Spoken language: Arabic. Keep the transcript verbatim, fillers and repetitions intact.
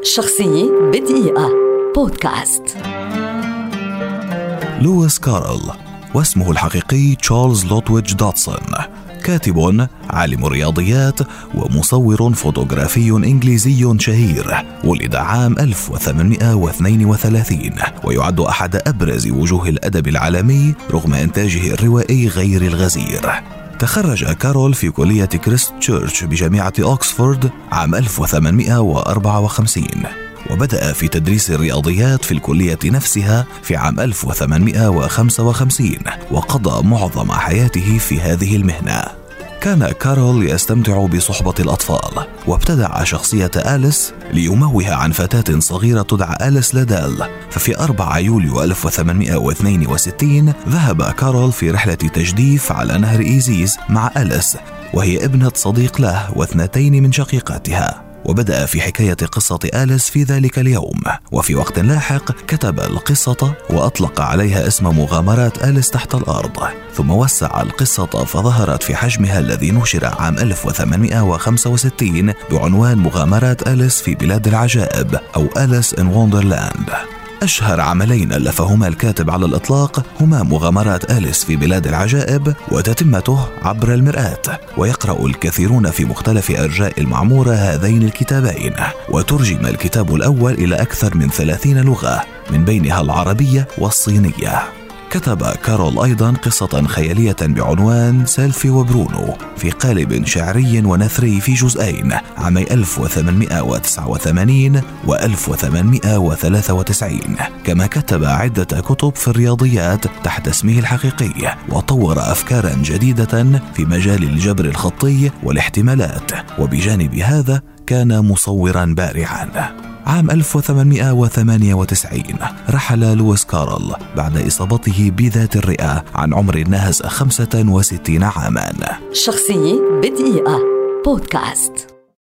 شخصية بدقيقة بودكاست. لويس كارول، واسمه الحقيقي تشارلز لوتويج دوتسون، كاتب، عالم رياضيات، ومصور فوتوغرافي إنجليزي شهير. ولد عام ألف وثمانمائة واثنين وثلاثين، ويعد أحد أبرز وجوه الأدب العالمي رغم إنتاجه الروائي غير الغزير. تخرج كارول في كلية كريست تشيرش بجامعة أوكسفورد عام ألف وثمانمائة وأربعة وخمسين، وبدأ في تدريس الرياضيات في الكلية نفسها في عام ألف وثمانمائة وخمسة وخمسين، وقضى معظم حياته في هذه المهنة. كان كارول يستمتع بصحبة الأطفال، وابتدع شخصية آليس ليموه عن فتاة صغيرة تدعى آليس لادال. ففي أربعة يوليو ألف وثمانمائة واثنين وستين ذهب كارول في رحلة تجديف على نهر إيزيز مع آليس، وهي ابنة صديق له واثنتين من شقيقاتها، وبدأ في حكاية قصة آليس في ذلك اليوم. وفي وقت لاحق كتب القصة وأطلق عليها اسم مغامرات آليس تحت الأرض، ثم وسع القصة فظهرت في حجمها الذي نشر عام ألف وثمانمائة وخمسة وستين بعنوان مغامرات آليس في بلاد العجائب أو آليس إن وندرلاند. أشهر عملين ألفهما الكاتب على الإطلاق هما مغامرات آليس في بلاد العجائب وتتمته عبر المرآة، ويقرأ الكثيرون في مختلف أرجاء المعمورة هذين الكتابين. وترجم الكتاب الأول إلى أكثر من ثلاثين لغة، من بينها العربية والصينية. كتب كارول أيضا قصة خيالية بعنوان سيلفي وبرونو في قالب شعري ونثري في جزئين عامي ألف وثمانمائة وتسعة وثمانين وألف وثمانمائة وثلاثة وتسعين. كما كتب عدة كتب في الرياضيات تحت اسمه الحقيقي، وطور أفكارا جديدة في مجال الجبر الخطي والاحتمالات. وبجانب هذا كان مصورا بارعا. عام ألف وثمانمائة وثمانية وتسعين رحل لويس كارول بعد إصابته بذات الرئة عن عمر ناهز خمسة وستين عاما. شخصية بدقيقة بودكاست.